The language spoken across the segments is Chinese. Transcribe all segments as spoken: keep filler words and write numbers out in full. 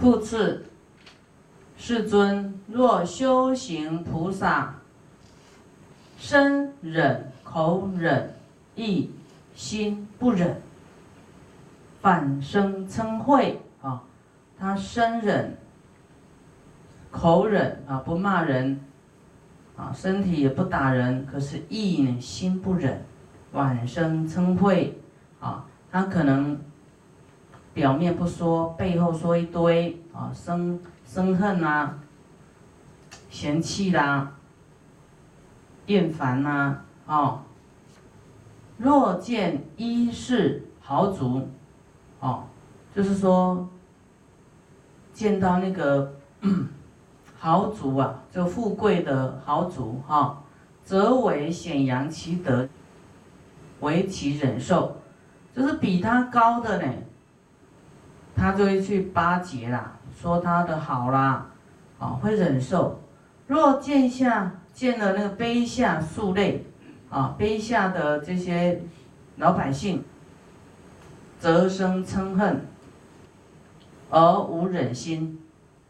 复次，世尊，若修行菩萨，身忍、口忍、意、心不忍，反生嗔恚啊！他身忍、口忍啊，不骂人啊，身体也不打人，可是意呢，心不忍，反生嗔恚啊！他可能表面不说，背后说一堆啊，生生恨啊，嫌弃啦，厌烦呐，哦。若见衣饰豪族，哦，就是说见到那个豪族啊，就富贵的豪族哈、哦，则为显扬其德，为其忍受，就是比他高的呢，他就会去巴结啦，说他的好啦，啊、哦，会忍受。若见下见了那个卑下庶类，啊，卑下的这些老百姓，则生嗔恨，而无忍心，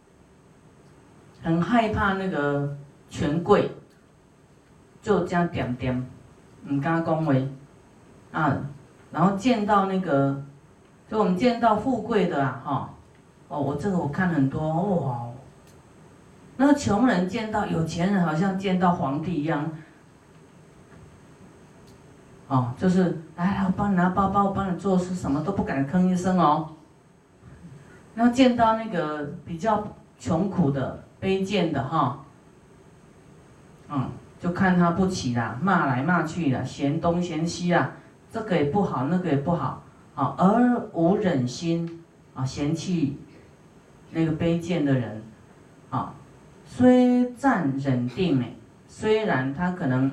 很害怕那个权贵，就这样点点，唔敢恭维，啊，然后见到那个，就我们见到富贵的啊，哈，哦，我这个我看很多，哇。那个穷人见到有钱人，好像见到皇帝一样，哦，就是来，我帮你拿包包，我帮你做事，什么都不敢吭一声哦。然后见到那个比较穷苦的、卑贱的哈，嗯，就看他不起啦，骂来骂去啦，嫌东嫌西啦，这个也不好，那个也不好，啊，而无忍心啊，嫌弃那个卑贱的人，啊。虽暂忍定呢，虽然他可能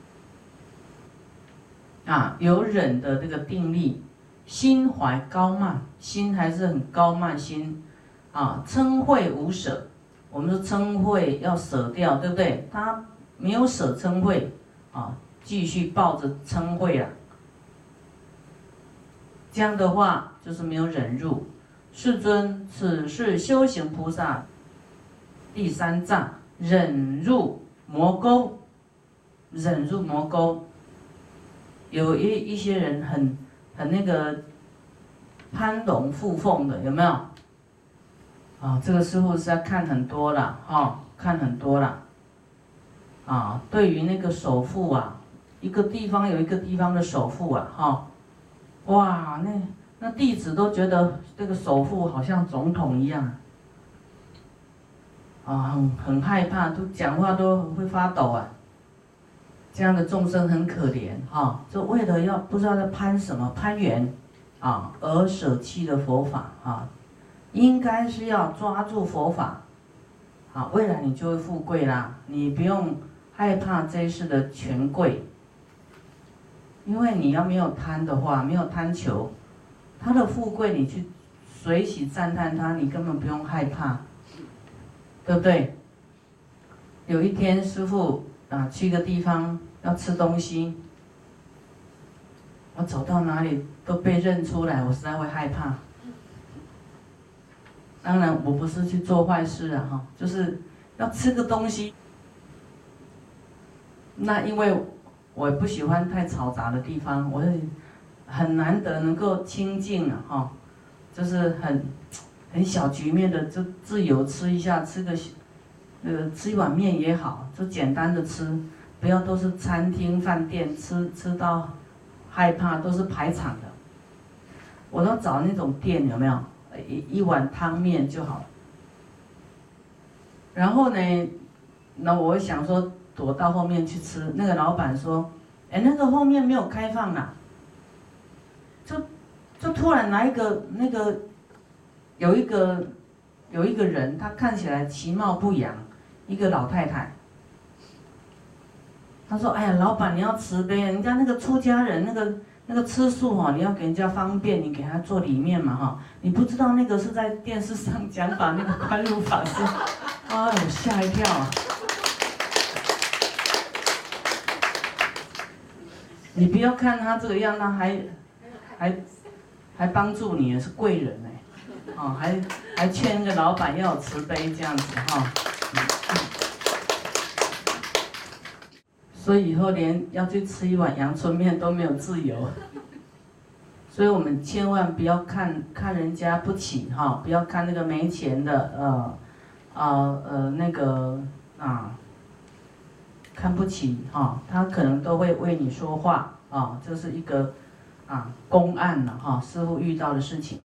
啊有忍的这个定力，心怀高慢，心还是很高慢心啊，嗔恚无舍。我们说嗔恚要舍掉，对不对？他没有舍嗔恚啊，继续抱着嗔恚啊，这样的话就是没有忍入。世尊，此是修行菩萨第三障，忍入魔沟，忍入魔沟。有一一些人很很那个攀龙附凤的，有没有？啊、哦，这个师父是要看很多了，哈、哦，看很多了。啊，对于那个首富啊，一个地方有一个地方的首富啊，哈、哦，哇，那那弟子都觉得这个首富好像总统一样。啊，很很害怕，都讲话都会发抖啊。这样的众生很可怜哈、哦，就为了要不知道在攀什么攀缘啊，而舍弃了佛法啊。应该是要抓住佛法，啊，未来你就会富贵啦。你不用害怕这一世的权贵，因为你要没有贪的话，没有贪求，他的富贵你去随喜赞叹他，你根本不用害怕。对不对？有一天师父啊去一个地方要吃东西，我走到哪里都被认出来，我实在会害怕。当然我不是去做坏事啊哈，就是要吃个东西。那因为我不喜欢太嘈杂的地方，我很难得能够清静啊哈，就是很。很小局面的，就自由吃一下，吃个，呃，吃一碗面也好，就简单的吃，不要都是餐厅饭店吃吃到害怕，都是排场的。我都找那种店有没有，一一碗汤面就好。然后呢，那我想说躲到后面去吃，那个老板说，哎，那个后面没有开放啦，就就突然来一个那个。有一个有一个人，他看起来其貌不扬，一个老太太。他说：“哎呀，老板你要慈悲，人家那个出家人那个那个吃素哈，你要给人家方便，你给他做里面嘛哈。你不知道那个是在电视上讲法那个宽恕法师，哎呦吓一跳啊！你不要看他这个样，他还还还帮助你，是贵人哎。” 哦，还还劝那个老板要有慈悲这样子哈。所以以后连要去吃一碗阳春面都没有自由。所以我们千万不要看看人家不起哈，不要看那个没钱的呃呃呃那个啊看不起哈，他可能都会为你说话啊，这是一个啊公案了哈，师父遇到的事情。